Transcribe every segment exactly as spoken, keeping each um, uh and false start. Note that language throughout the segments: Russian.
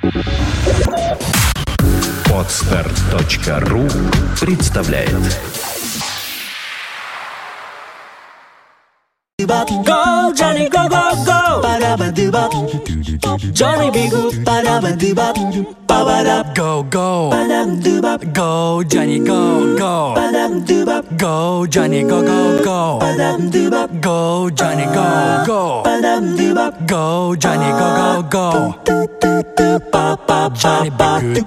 Подстер точка ру представляет. Go, Johnny, go, go, go. Johnny be good. Go, go. Go, Johnny, go, go. Go, Johnny, go, go, go. Go, Johnny, go, go. Go, Johnny, go, go, go. Johnny be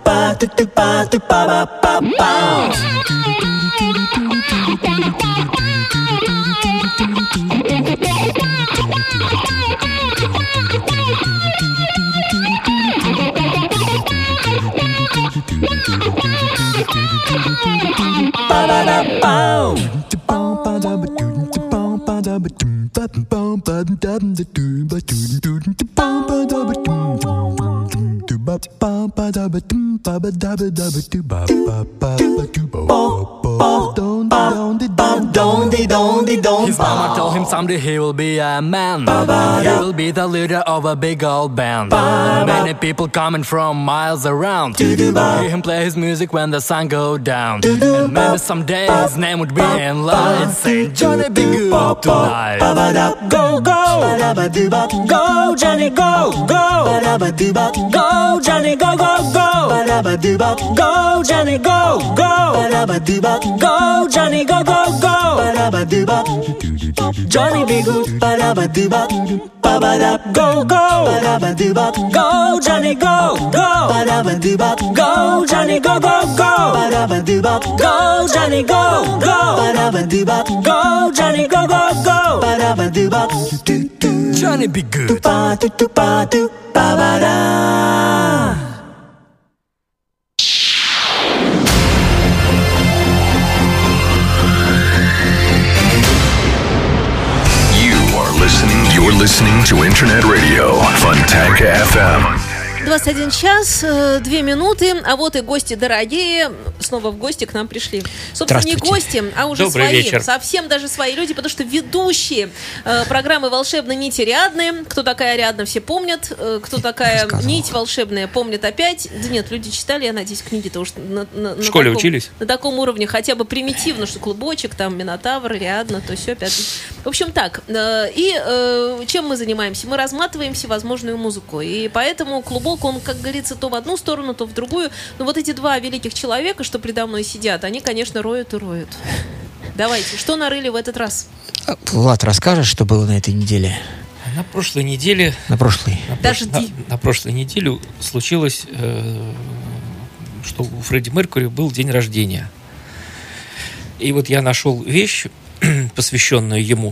His mama told him someday he will be a man. He will be the leader of a big old band. Many people coming from miles around hear him play his music when the sun go down. And maybe someday his name would be in lights saying, Johnny, be good tonight. Go, go. Go, Johnny, go, go. Go, Johnny, go, go, go. Go, Johnny, go, go. Go, Johnny, go, go, go. Johnny be good. Go, go. Go, Johnny, go, go. Go, Johnny, go, go, go. Go, Johnny, go, go. Go, Johnny, go, go, go. Johnny be good. You're listening to Internet Radio Fontanka эф эм. двадцать один час, две минуты, а вот и гости дорогие снова в гости к нам пришли. Собственно, не гости, а уже Добрый свои, вечер. совсем даже свои люди, потому что ведущие э, программы «Волшебные нити» Ариадны. Кто такая Ариадна, все помнят. Э, кто такая нить волшебная, помнят опять. Да нет, люди читали, я надеюсь, книги-то уж на, на, в школе на таком, учились? на таком уровне, хотя бы примитивно, что клубочек, там, Минотавр, Ариадна, то все, пятый. В общем, так. Э, и э, чем мы занимаемся? Мы разматываем всевозможную музыку. И поэтому клубок, он, как говорится, то в одну сторону, то в другую. Но вот эти два великих человека, что предо мной сидят, они, конечно, роют и роют. Давайте, что нарыли в этот раз? Влад, расскажешь, что было на этой неделе? На прошлой неделе... На прошлой. На, прош... на, на прошлой неделе случилось, э, что у Фредди Меркьюри был день рождения. И вот я нашел вещь, посвященную ему,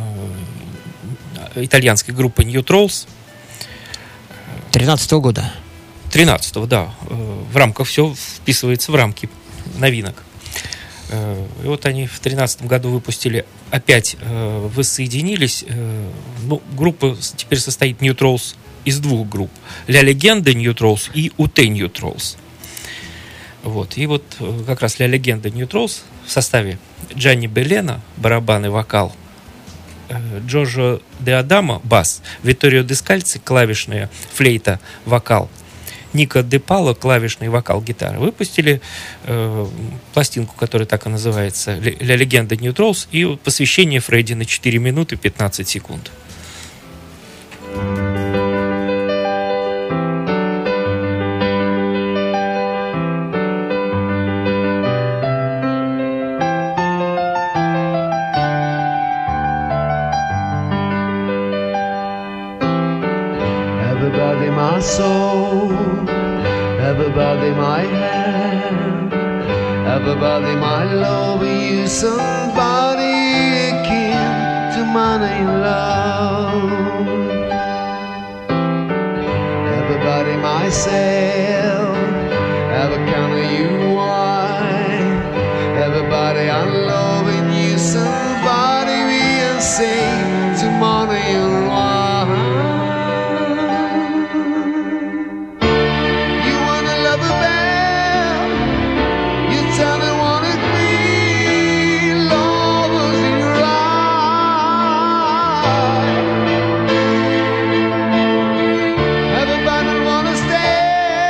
э, итальянской группы New Trolls. тринадцатого года. тринадцатого, да. В рамках все вписывается в рамки новинок. И вот они в тринадцатом году выпустили, опять воссоединились. Ну, группа теперь состоит New Trolls из двух групп. Ля Легенда New Trolls и Уте New Trolls. Вот. И вот как раз Ля Легенда New Trolls в составе Джанни Беллена, барабан и вокал, Джорджо де Адамо, бас, Витторио де Скальци, клавишная, флейта, вокал, Ника де Пало, клавишный вокал, гитара, выпустили э, пластинку, которая так и называется «Ля Легенда New Trolls», и посвящение Фредди на четыре минуты пятнадцать секунд. Everybody my soul, everybody my hand, everybody my love, you somebody akin to money and love. Everybody myself, every kind of you wine, everybody I'm loving you, somebody we sing to money and wine. Everybody wanna stay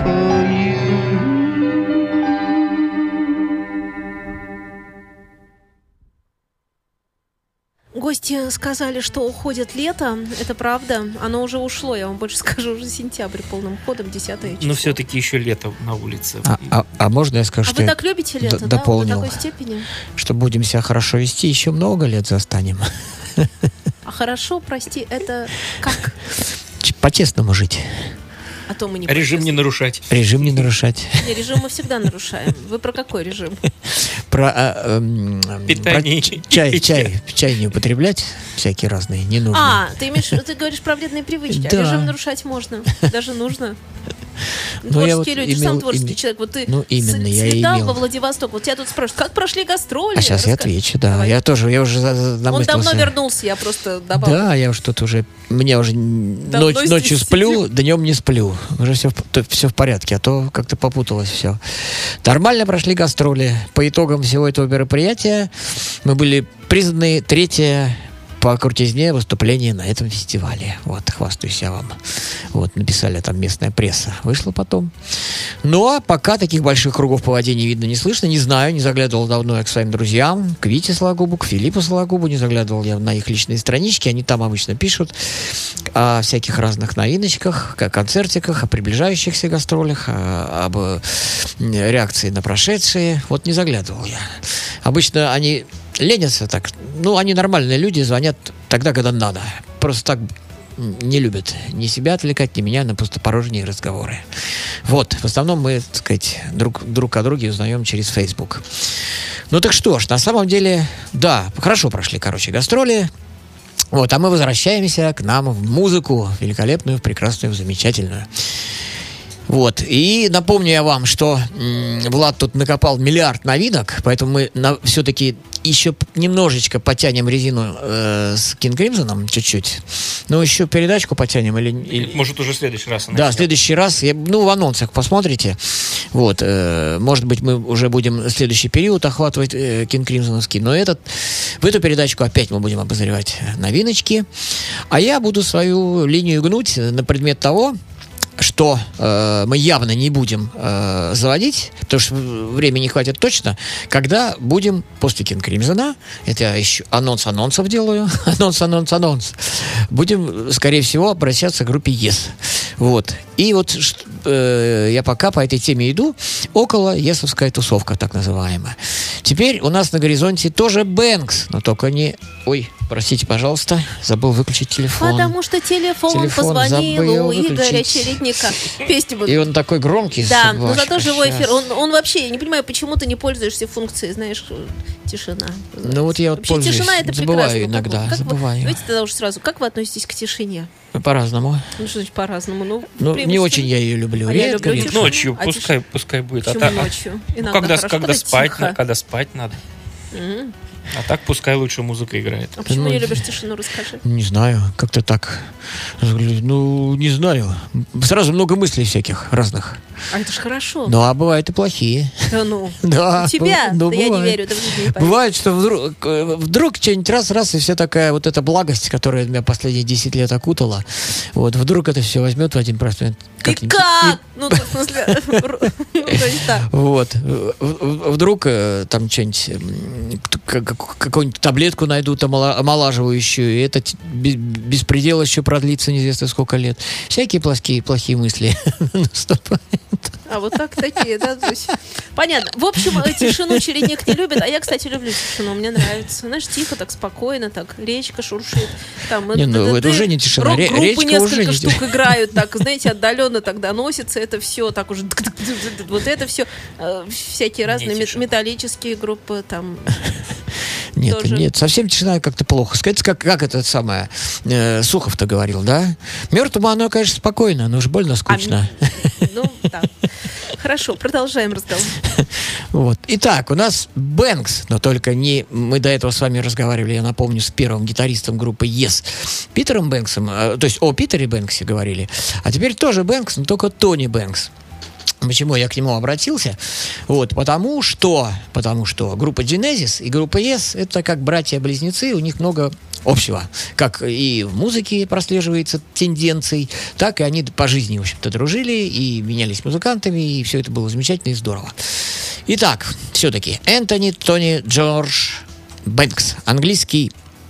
for you. Гости сказали, что уходит лето. Это правда. Оно уже ушло, я вам больше скажу, уже сентябрь полным ходом, десятое число. Но все-таки еще лето на улице. А, а- а можно я скажу, А что вы я так любите лето, д- да? дополнил, До такой степени? что будем себя хорошо вести, еще много лет застанем. А хорошо, прости, это как? Ч- По-честному жить, А то мы не Режим не по-честному. нарушать. режим не нарушать. Не, режим мы всегда нарушаем. Вы про какой режим? Про, а, эм, Питание. про ч- чай, чай, чай не употреблять, всякие разные, не нужно. А, ты имеешь, ты говоришь про вредные привычки. Да. А режим нарушать можно, даже нужно. Ну, я Творческие вот люди, имел- сам творческий име- человек. Вот ты Ну, именно, я и слетал имел. во Владивосток. Вот тебя тут спрашивают, как прошли гастроли? А сейчас я Расскажи. отвечу, да. Давай. Я тоже, я уже за- за- Он намыслился. давно вернулся, я просто добавлю. Да, я уж тут уже, мне уже н- Давно ночь- здесь ночью сплю, сидим. днем не сплю. Уже все, все в порядке, а то как-то попуталось все. Нормально прошли гастроли. По итогам всего этого мероприятия мы были признаны третье по крутизне выступление на этом фестивале. Вот, хвастаюсь я вам. Вот, написали там местная пресса. Вышло потом. Ну, а пока таких больших кругов по воде не видно, не слышно. Не знаю, не заглядывал давно я к своим друзьям, к Вите Сологубу, к Филиппу Сологубу. Не заглядывал я на их личные странички. Они там обычно пишут о всяких разных новиночках, о концертиках, о приближающихся гастролях, о- об э, реакции на прошедшие. Вот не заглядывал я. Обычно они ленятся так. Ну, они нормальные люди, звонят тогда, когда надо. Просто так не любят ни себя отвлекать, ни меня на пустопорожние разговоры. Вот, в основном мы, так сказать, друг, друг о друге узнаем через Facebook. Ну так что ж, на самом деле, да, хорошо прошли, короче, гастроли. Вот, а мы возвращаемся к нам в музыку великолепную, прекрасную, замечательную. Вот, и напомню я вам, что м, Влад тут накопал миллиард новинок, поэтому мы на, все-таки еще п- немножечко потянем резину э, с King Crimson, чуть-чуть. Ну, еще передачку потянем или... или- Может, уже в следующий раз. Да, начнем. в следующий раз, я, ну, в анонсах посмотрите. Вот, э, может быть, мы уже будем следующий период охватывать э, King Crimson'овский, но этот, в эту передачку опять мы будем обозревать новиночки. А я буду свою линию гнуть на предмет того, что э, мы явно не будем э, заводить, потому что времени не хватит точно, когда будем после King Crimson, это я еще анонс анонсов делаю, анонс, анонс, анонс, будем, скорее всего, обращаться к группе Yes. Вот. И вот ш- э, я пока по этой теме иду, около есовская тусовка, так называемая. Теперь у нас на горизонте тоже Бэнкс, но только не... Ой, простите, пожалуйста, забыл выключить телефон. Потому что телефон, Телефон позвонил забыл у Игоря выключить. Чередника. Песню буду. И он такой громкий. Да, но собачка, зато живой щас. эфир. Он, он вообще, я не понимаю, почему ты не пользуешься функцией, знаешь, тишина. Ну вот я вот Вообще пользуюсь, тишина это забываю прекрасно. иногда, Как вы- забываю. Давайте тогда уж сразу, как вы относитесь к тишине? По-разному. Ну, что значит по-разному? Ну, Ну, не преимущественно- очень я ее люблю. А я Редко, люблю редко. тишину. Ночью, А пускай, тиш- пускай будет. Почему а та- ночью? Ну, Иногда когда, хорошо, когда, когда спать, тихо. на- когда спать надо. М. А так пускай лучше музыка играет. А почему Ну, не любишь тишину, расскажи. Не знаю, как-то так. Ну, не знаю. Сразу много мыслей всяких разных. А это ж хорошо. Ну, а бывают и плохие. Да ну. Да. У тебя? ну, Да я не бывает. верю, да в жизни не поверю. Бывает, что вдруг, э, вдруг что-нибудь раз-раз, и вся такая вот эта благость, которая меня последние десять лет окутала, вот, вдруг это все возьмет в один простой момент. И как-нибудь как? Ну, в смысле, ну, то есть так. Вот. В- в- Вдруг э, там что-нибудь, м, к- как- какую-нибудь таблетку найдут омала- омолаживающую, и это т- бе- беспредел еще продлится неизвестно сколько лет. Всякие плохие, плохие мысли наступают. А вот так такие, да, Зусь? Понятно. В общем, э, тишину Чередник не любит, а я, кстати, люблю тишину, мне нравится. Знаешь, тихо, так спокойно, так речка шуршит. Там, Не, э, ну, д- это д- уже не тишина, ре- рок-группы речка несколько уже не штук тишина. играют, так, знаете, отдаленно так доносится это все, так уже вот это все, всякие разные мет- тишина. металлические группы, там, Нет, Тоже. нет, совсем тишина как-то плохо. Сказать, как, как это самое, э, Сухов-то говорил, да? Мертвому оно, конечно, спокойно, но уж больно скучно. ну, так. Хорошо, продолжаем разговор. Вот. Итак, у нас Бэнкс, но только не... Мы до этого с вами разговаривали, я напомню, с первым гитаристом группы Yes, Питером Бэнксом, э, то есть о Питере Бэнксе говорили. А теперь тоже Бэнкс, но только Тони Бэнкс. Почему я к нему обратился? Вот, потому что, потому что группа Genesis и группа Yes — это как братья-близнецы, у них много общего. Как и в музыке прослеживается тенденцией, так и они по жизни, в общем-то, дружили и менялись музыкантами, и все это было замечательно и здорово. Итак, все-таки Энтони Тони Джордж Бэнкс, английский,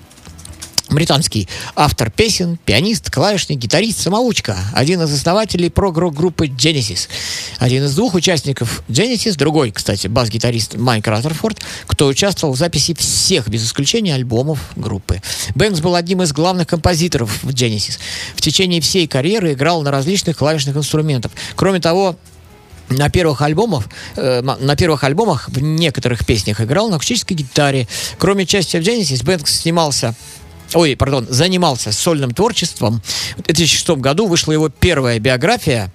британский автор песен, пианист, клавишник, гитарист, самоучка, один из основателей прог-рок-группы Genesis, один из двух участников Genesis, другой, кстати, бас-гитарист Майк Разерфорд, кто участвовал в записи всех, без исключения, альбомов группы. Бэнкс был одним из главных композиторов в Genesis. В течение всей карьеры играл на различных клавишных инструментах. Кроме того, На первых альбомах, э, на первых альбомах в некоторых песнях играл на акустической гитаре. Кроме участия в Genesis, Бэнкс снимался, ой, пардон, занимался сольным творчеством. В две тысячи шестом году вышла его первая биография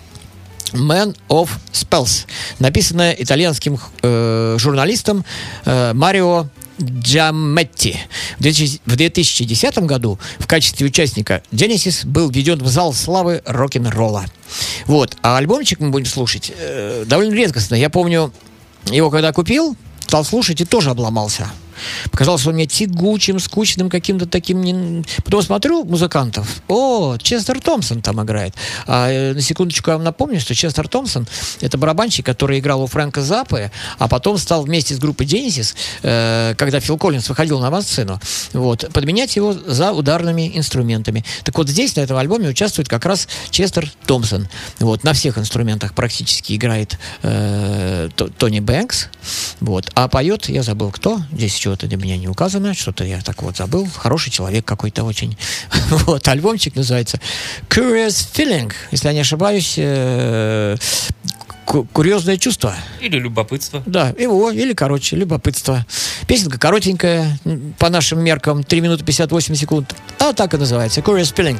«Man of Spells», написанная итальянским э, журналистом э, Марио Джамметти. В две тысячи десятом году в качестве участника Genesis был введен в зал славы рок-н-ролла. Вот. А альбомчик мы будем слушать э, довольно редкостно. Я помню, его когда купил, стал слушать и тоже обломался. Показалось, он мне тягучим, скучным, каким-то таким... Не... Потом смотрю музыкантов. О, Честер Томпсон там играет. А, э, на секундочку я вам напомню, что Честер Томпсон — это барабанщик, который играл у Фрэнка Заппы, а потом стал вместе с группой Genesis, э, когда Фил Коллинз выходил на авансцену, вот, подменять его за ударными инструментами. Так вот здесь, на этом альбоме, участвует как раз Честер Томпсон. Вот, на всех инструментах практически играет э, Тони Бэнкс. Вот. А поет, я забыл кто, здесь чего-то для меня не указано, что-то я так вот забыл. Хороший человек какой-то очень. Вот, альбомчик называется Curious Feeling, если я не ошибаюсь, э, курьезное чувство. Или любопытство. Да, его, или, короче, любопытство. Песенка коротенькая, по нашим меркам, три минуты пятьдесят восемь секунд. А так и называется, Curious Feeling.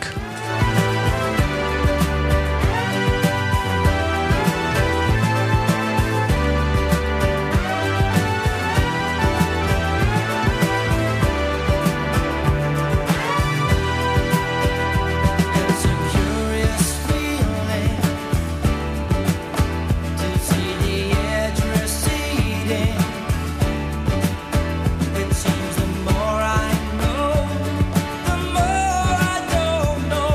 Seems the more I know, the more I don't know.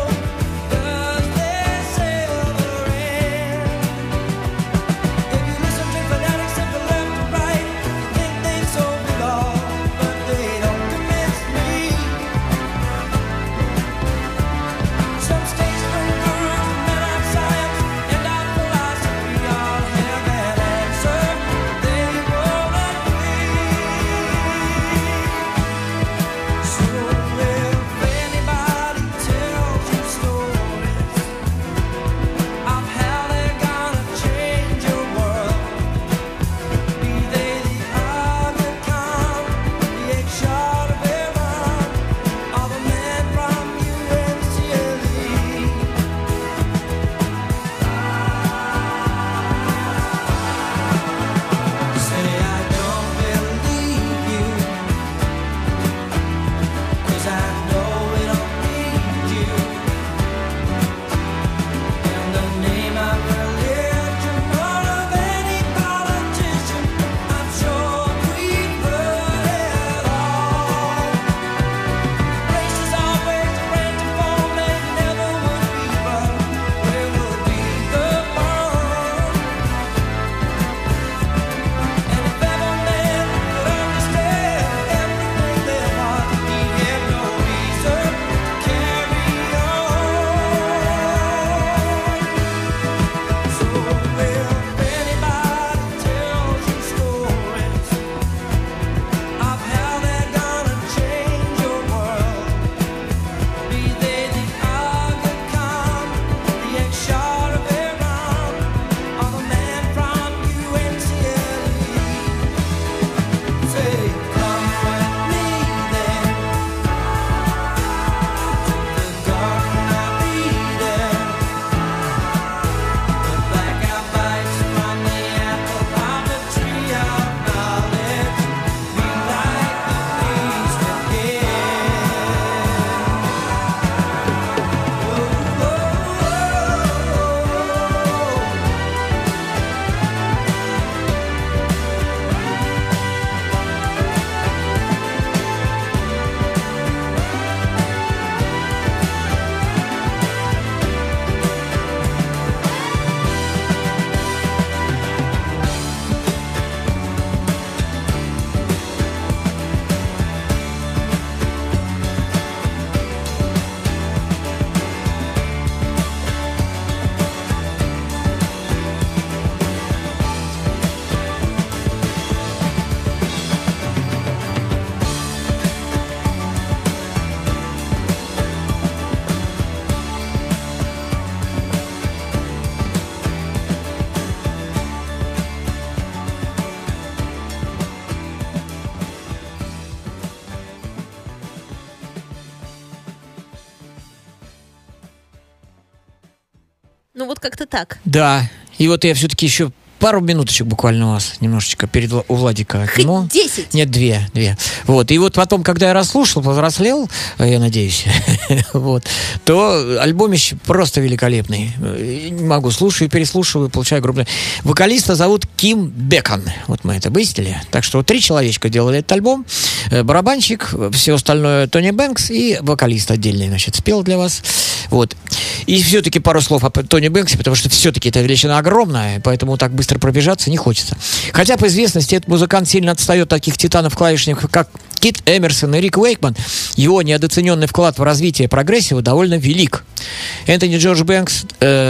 Вот как-то так. Да. И вот я все-таки еще пару минуточек буквально у вас немножечко перед у Владика. Хоть десять. Нет, две, две. Вот. И вот потом, когда я расслушал, повзрослел, я надеюсь, вот, то альбомище просто великолепный. Не могу, слушаю, переслушиваю, получаю группу. Вокалиста зовут Ким Бекон. Вот мы это выяснили. Так что вот три человечка делали этот альбом. Барабанщик, все остальное Тони Бэнкс и вокалист отдельный, значит, спел для вас. Вот. И все-таки пару слов о Тони Бэнксе, потому что все-таки эта величина огромная, поэтому так быстро пробежаться не хочется. Хотя по известности этот музыкант сильно отстает от таких титанов-клавишников, как Кит Эмерсон и Рик Уэйкман. Его недооцененный вклад в развитие прогрессива довольно велик. Энтони Джордж Бэнкс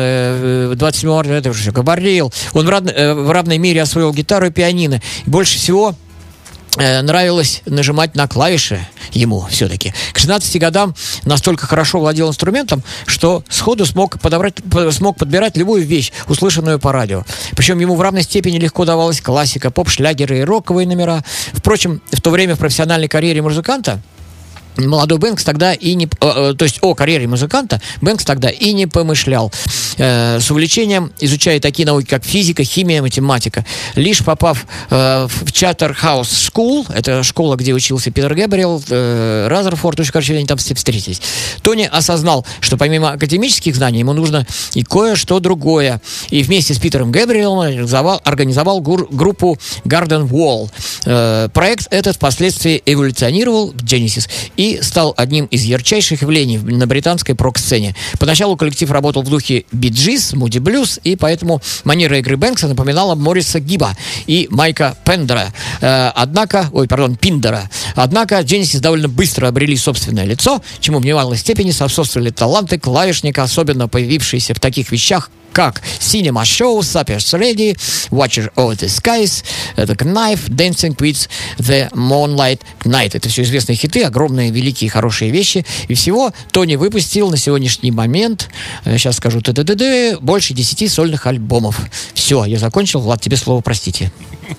э, двадцать седьмого марта, это уже говорил, он в, рад, э, в равной мере освоил гитару и пианино. И больше всего нравилось нажимать на клавиши ему все-таки. К шестнадцати годам настолько хорошо владел инструментом, что сходу смог, подобрать, смог подбирать любую вещь, услышанную по радио. Причем ему в равной степени легко давалась классика, поп-шлягеры и роковые номера. Впрочем, в то время в профессиональной карьере музыканта молодой Бэнкс тогда и не... Э, то есть о карьере музыканта Бэнкс тогда и не помышлял. Э, с увлечением изучая такие науки, как физика, химия, математика. Лишь попав э, в Чартерхаус Скул, это школа, где учился Питер Гэбриэл, э, Разерфорд, то есть, короче, они там все встретились, Тони осознал, что помимо академических знаний ему нужно и кое-что другое. И вместе с Питером Гэбриэлом организовал, организовал гур, группу Garden Wall. Э, проект этот впоследствии эволюционировал в Genesis и стал одним из ярчайших явлений на британской прок-сцене. Поначалу коллектив работал в духе би-джиз, Moody Blues, и поэтому манера игры Бэнкса напоминала Морриса Гиба и Майка Пендера. Э, однако, ой, пардон, Пиндера. Однако Genesis довольно быстро обрели собственное лицо, чему в немалой степени способствовали таланты клавишника, особенно появившиеся в таких вещах, как Cinema Show, Supper's Ready, Watcher of the Skies, The Knife, Dancing with the Moonlight Knight. Это все известные хиты, огромные, великие, хорошие вещи. И всего Тони выпустил на сегодняшний момент, сейчас скажу, т-т-т-т, больше десяти сольных альбомов. Все, я закончил. Влад, тебе слово, простите.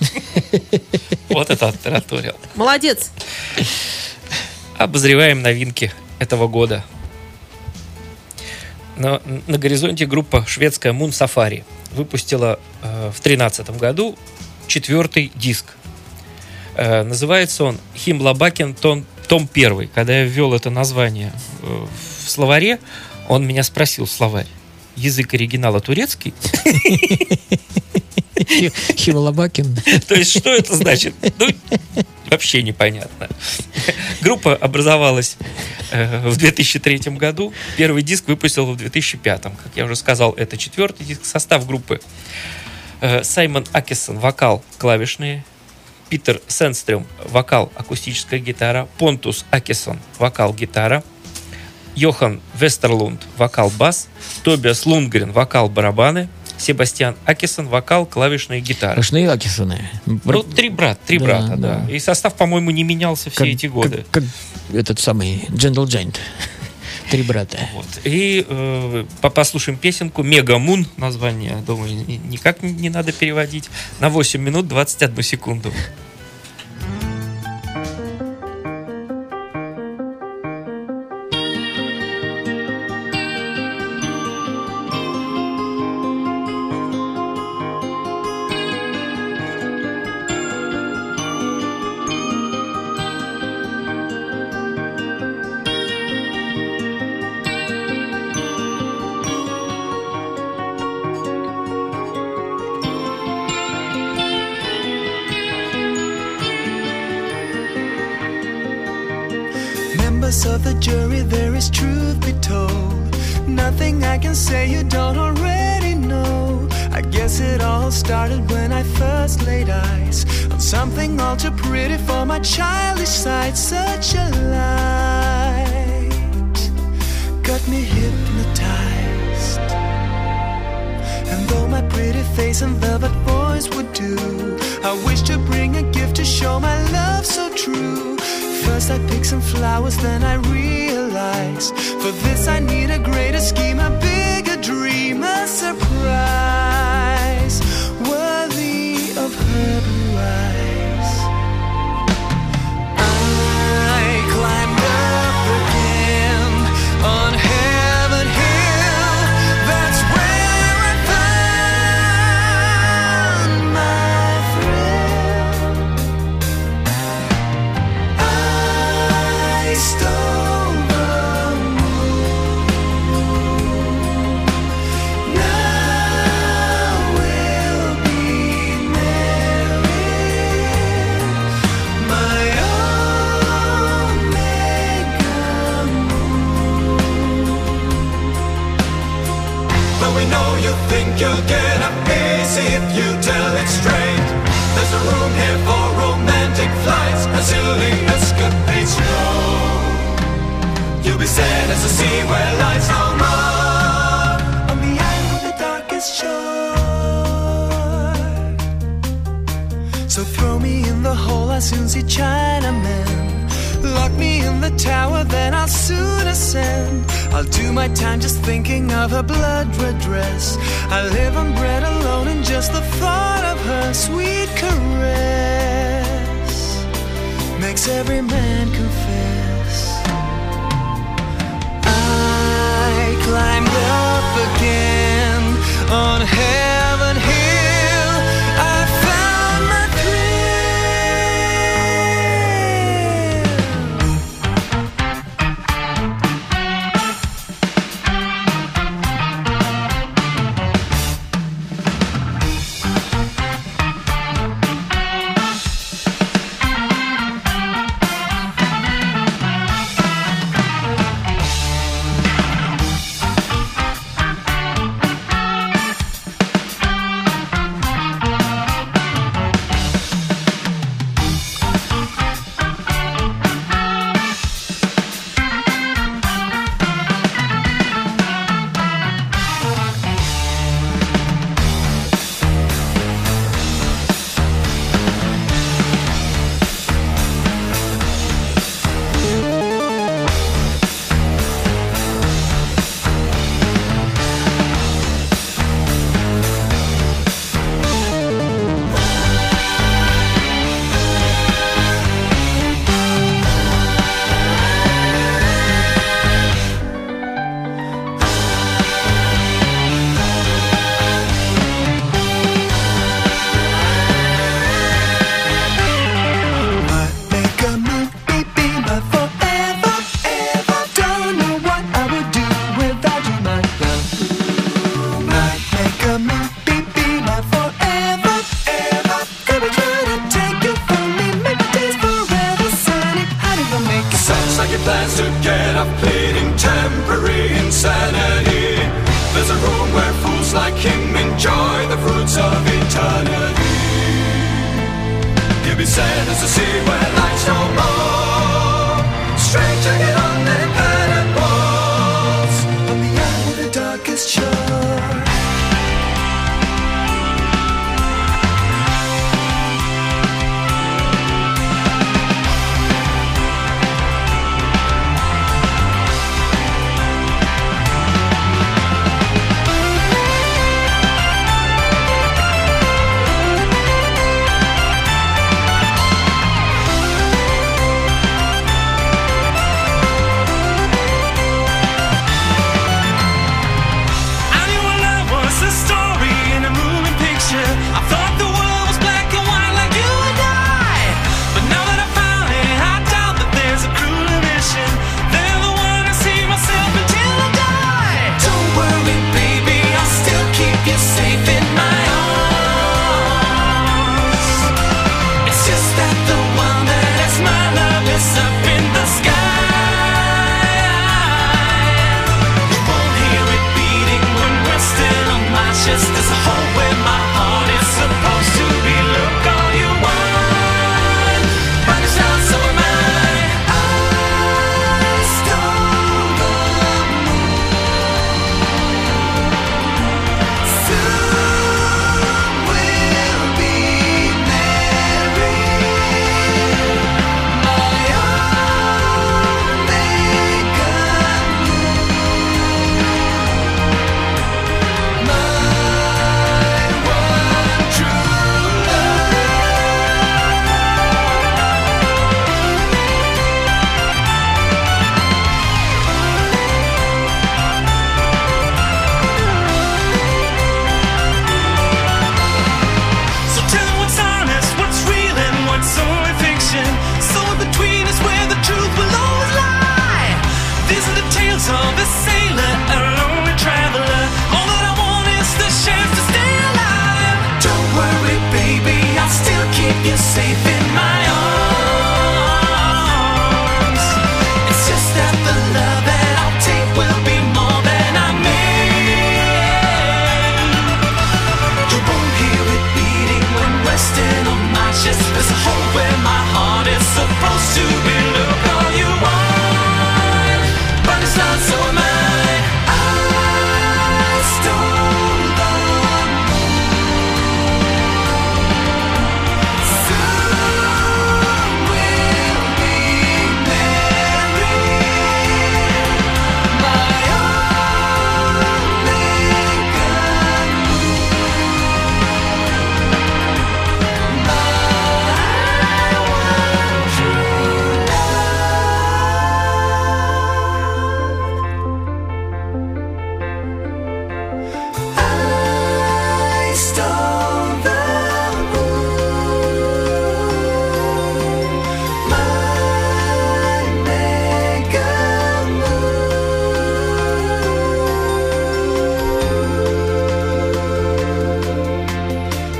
Вот это оттараторил. Молодец. Обозреваем новинки этого года. На, на горизонте группа шведская Moon Safari выпустила э, в тринадцатом году четвертый диск. Э, называется он Химлабакен том, том первый. Когда я ввел это название э, в словаре, он меня спросил в словарь: язык оригинала турецкий? Химлабакен. То есть, что это значит? Ну, вообще непонятно. Группа образовалась э, в две тысячи третьем году. Первый диск выпустил в две тысячи пятом. Как я уже сказал, это четвертый диск. Состав группы: э, Саймон Акисон, вокал, клавишные; Питер Сенстрём, вокал, акустическая гитара; Понтус Акисон, вокал, гитара; Йохан Вестерлунд, вокал, бас; Тобиас Лундгрен, вокал, барабаны; Себастьян Акисон, вокал, клавишные, гитары. Клавишные Акисоны. Ну, три брата, три да, брата, да. да. И состав, по-моему, не менялся все как, эти годы. Как, как этот самый Gentle Giant. Три брата. Вот. И э, послушаем песенку «Мега Мун». Название, думаю, никак не надо переводить. На восемь минут двадцать одну секунду. Of the jury, there is truth be told. Nothing I can say you don't already know. I guess it all started when I first laid eyes on something all too pretty for my childish sight. Such a light got me hypnotized. And though my pretty face and velvet voice would do, I wish to bring a gift to show my love so true. First I pick some flowers, then I realize for this I need a greater scheme, a bigger dream, a surprise worthy of her blue eyes. I climbed up again on Heaven Hill. That's where I easy if you tell it straight. There's a room here for romantic flights, as silly escapades. No, you'll be sad as the sea where lights no more. On the island with the darkest shore. So throw me in the hole, I'll soon see Chinamen. Lock me in the tower, then I'll soon ascend. I'll do my time just thinking of her blood-red dress. I live on bread alone, and just the thought of her sweet caress makes every man confess. I climbed up again on Heaven Hill. I found my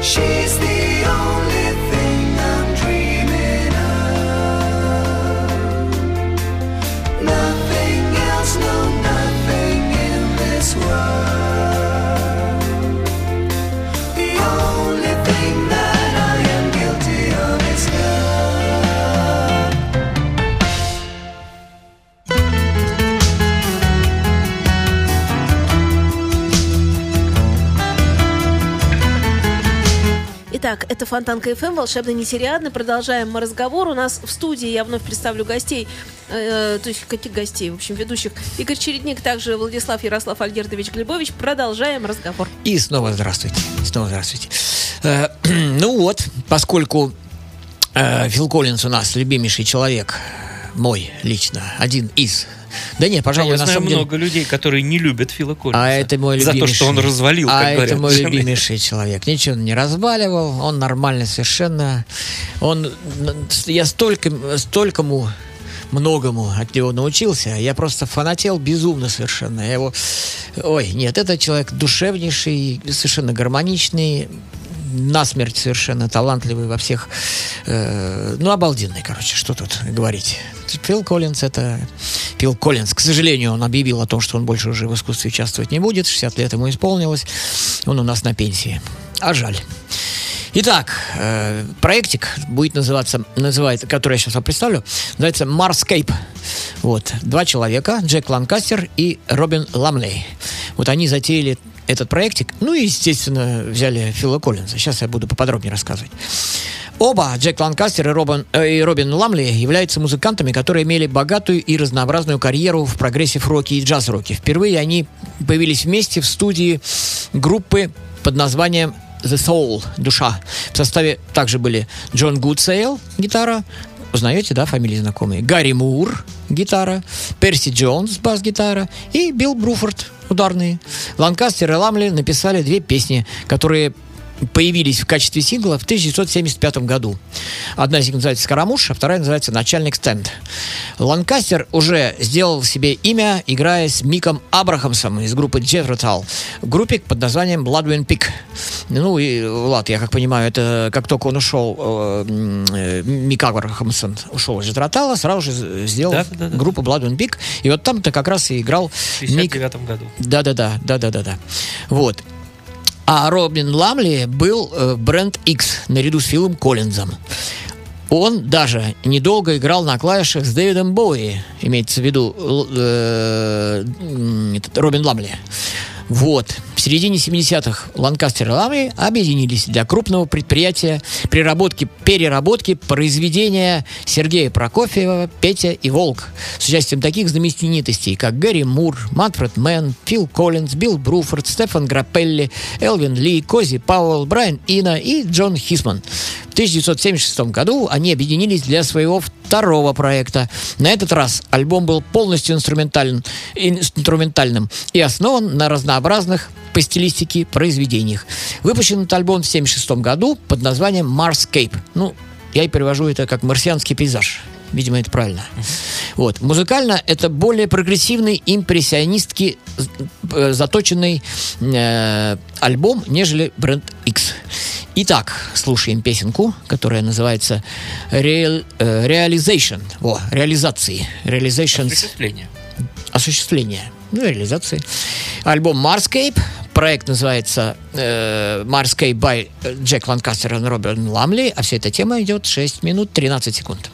She's the only thing I'm dreaming of. Nothing else, no, nothing in this world. The only thing that I am guilty of is Итак, это Фонтанка эф эм, волшебный нетериадный. Продолжаем мы разговор. У нас в студии я вновь представлю гостей, э, то есть каких гостей, в общем, ведущих. Игорь Чередник, также Владислав Ярослав Альгердович Глебович. Продолжаем разговор. И снова здравствуйте. Снова здравствуйте. Э, ну вот, поскольку э, Фил Коллинз у нас любимейший человек, мой лично, один из. Да нет, пожалуй, я на знаю самом много деле... людей, которые не любят Фила Коллинза. А это мой за любимейший... то, что он развалил, как а говорят. это мой любимейший человек. Ничего он не разваливал, он нормальный совершенно. Он... Я столько, столькому многому от него научился. Я просто фанател безумно совершенно. Я его... Ой, нет, это человек душевнейший, совершенно гармоничный, насмерть совершенно талантливый во всех... Э, ну, обалденный, короче, что тут говорить. Фил Коллинз это... Фил Коллинз, к сожалению, он объявил о том, что он больше уже в искусстве участвовать не будет. шестьдесят лет ему исполнилось. Он у нас на пенсии. А жаль. Итак, э, проектик будет называться, называется, который я сейчас вам представлю, называется Marscape. Вот. Два человека, Джек Ланкастер и Робин Ламлей. Вот они затеяли этот проектик. Ну и, естественно, взяли Фила Коллинза. Сейчас я буду поподробнее рассказывать. Оба, Джек Ланкастер и Робин, э, и Робин Ламли, являются музыкантами, которые имели богатую и разнообразную карьеру в прогрессив-роке и джаз-роке. Впервые они появились вместе в студии группы под названием The Soul, душа. В составе также были Джон Гудсейл, гитара. Узнаете, да, фамилии знакомые? Гарри Мур, гитара. Перси Джонс, бас-гитара. И Билл Бруфорд, ударные. Ланкастер и Ламли написали две песни, которые появились в качестве сингла в тысяча девятьсот семьдесят пятом году. Одна из них называется «Скоромуш», а вторая называется «Начальник стенд». Ланкастер уже сделал себе имя, играя с Миком Абрахамсом из группы Jethro Tull в группе под названием Bloodwind Peak. Ну и, Влад, я как понимаю, это как только он ушел, э, Мик Абрахамсон ушел из Jethro Tull, сразу же сделал да, да, да. группу Bloodwind Peak. И вот там-то как раз и играл в шестьдесят девятом году. Да-да-да, да-да-да. Вот. А Робин Ламли был э, бренд X наряду с Филом Коллинзом. Он даже недолго играл на клавишах с Дэвидом Боуи, имеется в виду э, э, этот, Робин Ламли. Вот. В середине семидесятых Ланкастер и Ламли объединились для крупного предприятия переработки, переработки произведения Сергея Прокофьева «Петя и Волк» с участием таких знаменитостей, как Гэри Мур, Манфред Мэн, Фил Коллинз, Билл Бруфорд, Стефан Граппелли, Элвин Ли, Кози Пауэлл, Брайан Ино и Джон Хисман. В тысяча девятьсот семьдесят шестом году они объединились для своего второго проекта. На этот раз альбом был полностью инструментален, инструментальным и основан на разнообразных по стилистике произведениях. Выпущен этот альбом в семьдесят шестом году под названием Marscape. Ну, я и перевожу это как «марсианский пейзаж». Видимо, это правильно. Вот. Музыкально это более прогрессивный, импрессионистски заточенный э, альбом, нежели бренд X. Итак, слушаем песенку, которая называется Real, э, Realization. Во, реализации. Realizations. Осуществление. Осуществление. Ну, реализации. Альбом Marscape. Проект называется э, Marscape by Джек Ланкастер и Робин Ламли. А вся эта тема идет шесть минут тринадцать секунд.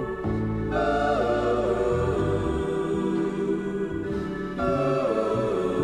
Oh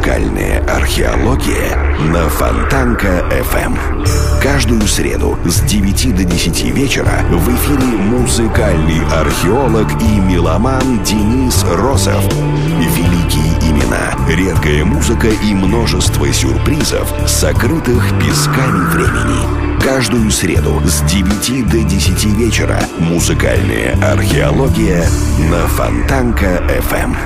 Музыкальная археология на Фонтанка эф эм. Каждую среду с девяти до десяти вечера в эфире музыкальный археолог и меломан Денис Росов. Великие имена, редкая музыка и множество сюрпризов, сокрытых песками времени. Каждую среду с девяти до десяти вечера музыкальная археология на Фонтанка эф эм.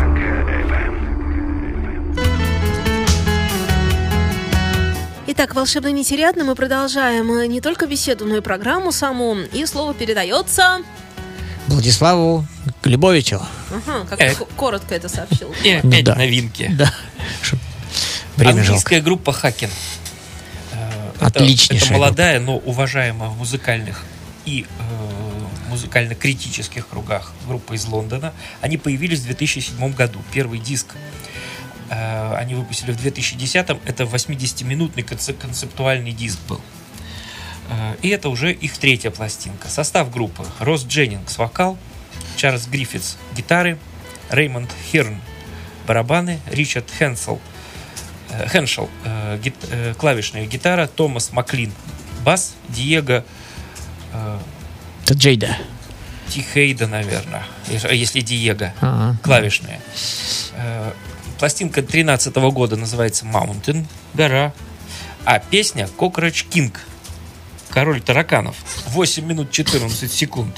Итак, волшебно нетериадно мы продолжаем не только беседу, но и программу саму. И слово передается Владиславу Глебовичу. Ага, как Э. коротко это сообщил. И опять Да. новинки. Да. Чтоб время жалко. Английская группа Хакен. Отличнейшая Это, это молодая, но уважаемая в музыкальных и э, музыкально-критических кругах группа из Лондона. Они появились в две тысячи седьмом году. Первый диск э, они выпустили в две тысячи десятом. Это восьмидесятиминутный концеп- концептуальный диск был. Э, и это уже их третья пластинка. Состав группы: Росс Дженнингс вокал, Чарльз Гриффитс гитары, Реймонд Хирн барабаны, Ричард Хенсел Хеншел, э, гит, э, клавишная гитара, Томас Маклин бас, Диего э, Это Джейда. Тихейда, наверное, если Диего, Ага. клавишная. Э, пластинка тринадцатого года называется Mountain, гора, а песня Cockroach King, король тараканов, восемь минут четырнадцать секунд.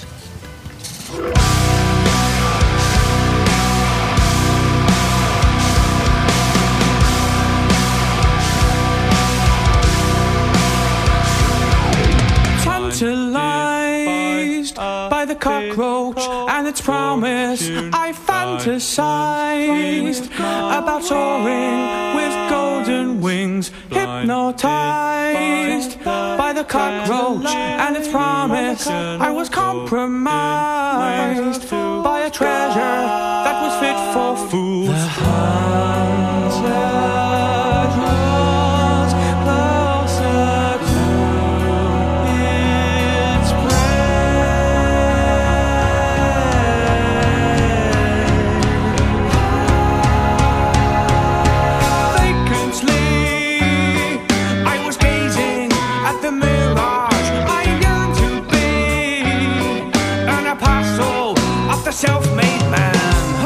Tantalized by the cockroach and its promise, I fantasized about soaring with golden wings. Hypnotized by the cockroach and its promise, I was compromised by a treasure that was fit for fools. The hunter draws closer to its prey. Vacantly, I was gazing at the mirage. I yearned to be an apostle of the self-made man.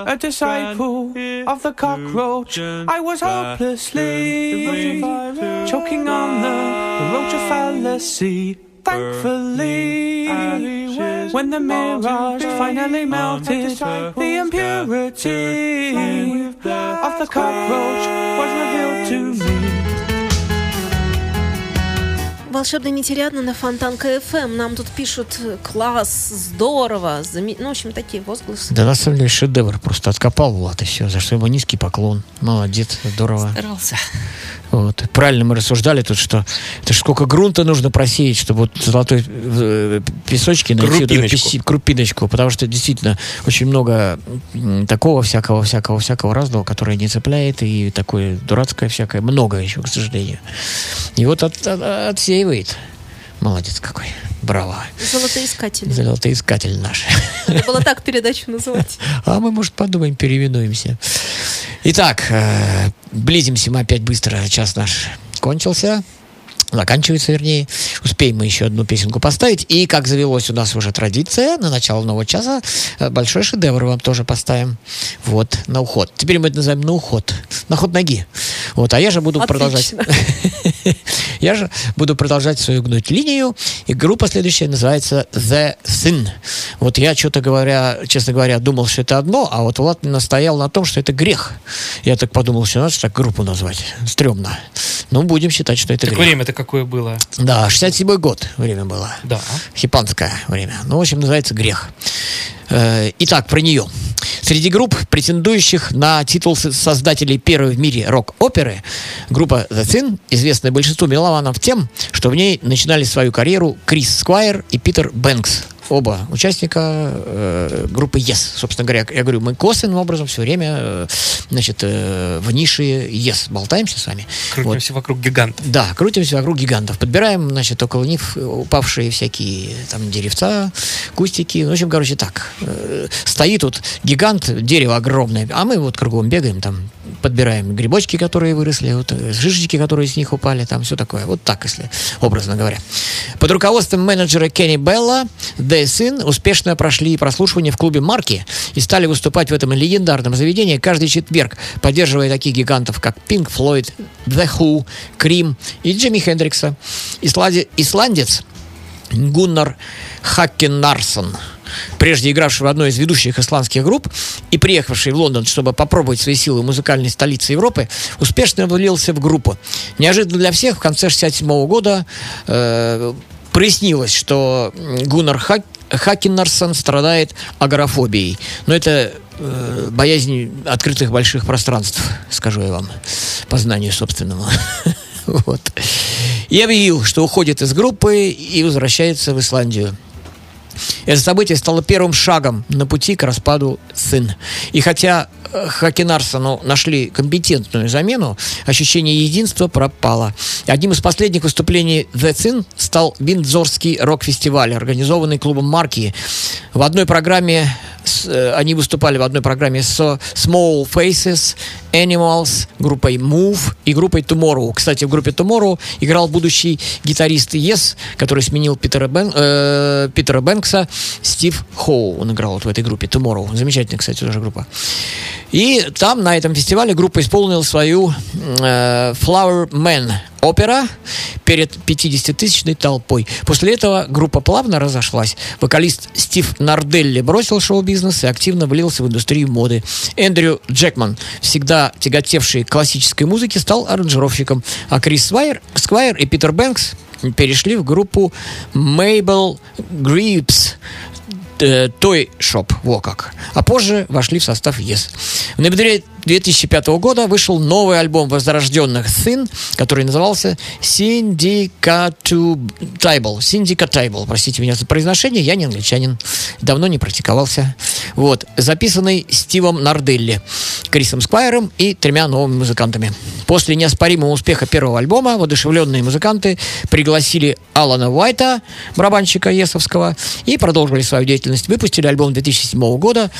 a disciple of the cockroach. I was hopelessly choking on the, the roach of fallacy. Thankfully, when the mirage finally melted, the impurity of the cockroach was revealed to me. Волшебный нетерядно на Фонтанка эф эм. Нам тут пишут: класс, здорово, заме... ну, в общем, такие возгласы. Да, на самом деле, шедевр. Просто откопал Влад, и все. За что ему низкий поклон. Молодец, здорово. Старался. Вот. Правильно мы рассуждали тут, что это ж сколько грунта нужно просеять, чтобы вот золотой э, песочки найти, крупиночку. Вот, крупиночку, потому что действительно очень много такого всякого, всякого, всякого разного, которое не цепляет, и такое дурацкое всякое, много еще, к сожалению. И вот от, от, отсеивает. Молодец какой. Браво. Золотоискатель. Золотоискатель наш. Надо было так передачу называть. А мы, может, подумаем, переименуемся. Итак, э, близимся мы опять быстро. Час наш кончился. Заканчивается, вернее. Успеем мы еще одну песенку поставить. И, как завелось у нас уже традиция, на начало нового часа большой шедевр вам тоже поставим. Вот, на уход. Теперь мы это называем на уход. На ход ноги. Вот, а я же буду продолжать. Я же буду продолжать свою гнуть линию. И группа следующая называется The Sin. Вот я, что-то говоря, честно говоря, думал, что это одно, а вот Влад настоял на том, что это грех. Я так подумал, что надо так группу назвать. Стрёмно. Ну, будем считать, что это так грех. Время-то какое было? Да, шестьдесят седьмой год время было. Да. Хипанское время. Ну, в общем, называется «Грех». Итак, про нее. Среди групп, претендующих на титул создателей первой в мире рок-оперы, группа The Sin известна большинству меломанов тем, что в ней начинали свою карьеру Крис Сквайр и Питер Бэнкс. Оба участника э, группы Yes. Собственно говоря, я говорю, мы косвенным образом все время э, значит, э, в нише Yes болтаемся с вами. Крутимся вот. Вокруг гигантов. Да, крутимся вокруг гигантов. Подбираем, значит, около них упавшие всякие там деревца, кустики. В общем, короче, так. Э, стоит тут гигант, дерево огромное, а мы вот кругом бегаем, там, подбираем грибочки, которые выросли, вот, шишечки, которые с них упали, там все такое. Вот так, если образно говоря. Под руководством менеджера Кенни Белла The Sin успешно прошли прослушивание в клубе Марки и стали выступать в этом легендарном заведении каждый четверг, поддерживая таких гигантов, как Pink Floyd, The Who, Cream и Джимми Хендрикса. Ислади... Исландец Гуннар Хаккенарсон, прежде игравший в одной из ведущих исландских групп и приехавший в Лондон, чтобы попробовать свои силы в музыкальной столице Европы, успешно влился в группу. Неожиданно для всех в конце шестьдесят седьмого года э, прояснилось, что Гуннар Хак, Хаккенарсон страдает агорафобией. Но это э, боязнь открытых больших пространств, скажу я вам, по знанию собственному. Вот. И объявил, что уходит из группы и возвращается в Исландию. Это событие стало первым шагом на пути к распаду Sin. И хотя Хаккенарсону нашли компетентную замену, ощущение единства пропало. Одним из последних выступлений The Sin стал Виндзорский рок-фестиваль, организованный клубом Марки. В одной программе они выступали в одной программе с Small Faces, Animals, группой Move и группой Tomorrow. Кстати, в группе Tomorrow играл будущий гитарист Yes, который сменил Питера, Бен, э, Питера Бэнкса, Стив Хоу. Он играл вот в этой группе Tomorrow. Замечательная, кстати, тоже группа. И там, на этом фестивале, группа исполнила свою э, Flower Man опера перед пятидесятитысячной толпой. После этого группа плавно разошлась. Вокалист Стив Нарделли бросил шоу-бизнес и активно влился в индустрию моды. Эндрю Джекман, всегда тяготевший к классической музыке, стал аранжировщиком. А Крис Сквайр, Сквайр и Питер Бэнкс перешли в группу Mabel Грипс Toy Shop, во как. А позже вошли в состав Yes. В ноябре две тысячи пятого года вышел новый альбом возрожденных Sin, который назывался Syndicatable. Syndicatable. Простите меня за произношение, я не англичанин, давно не практиковался. Вот. Записанный Стивом Нарделли, Крисом Сквайром и тремя новыми музыкантами. После неоспоримого успеха первого альбома воодушевленные музыканты пригласили Алана Уайта, барабанщика есовского, и продолжили свою деятельность. Выпустили альбом две тысячи седьмого года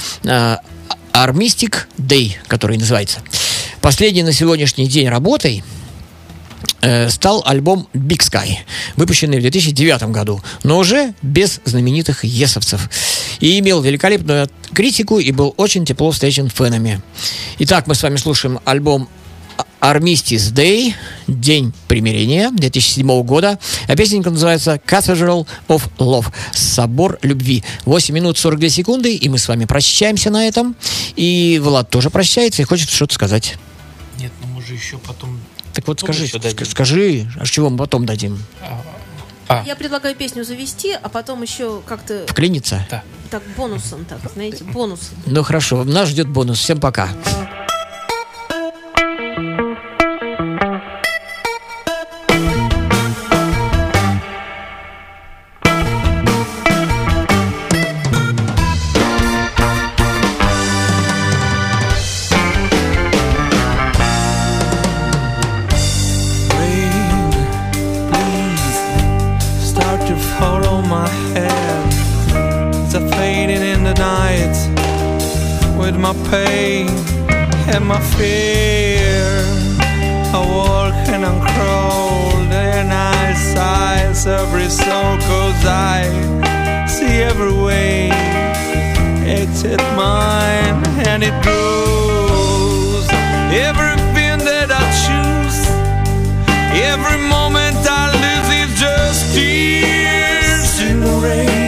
Armistice Day, который называется. Последний на сегодняшний день работой э, стал альбом Big Sky, выпущенный в две тысячи девятом году, но уже без знаменитых есовцев. И имел великолепную критику и был очень тепло встречен фенами. Итак, мы с вами слушаем альбом Armistice Day, День примирения, две тысячи седьмого года. А песенка называется Cathedral of Love, Собор любви. восемь минут сорок две секунды, и мы с вами прощаемся на этом. И Влад тоже прощается и хочет что-то сказать. Нет, ну мы же еще потом... Так вот, потом скажи, еще дадим. скажи, а чего мы потом дадим? А, Я предлагаю песню завести, а потом еще как-то Вклиниться? да. так бонусом, так, знаете, бонусом. Ну хорошо, нас ждет бонус. Всем пока. My pain and my fear, I walk and I crawl and I sighs every soul, cause I see every way except mine, and it goes everything that I choose, every moment I lose is just tears in the rain.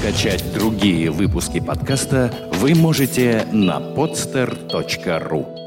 Скачать другие выпуски подкаста вы можете на podster точка ру.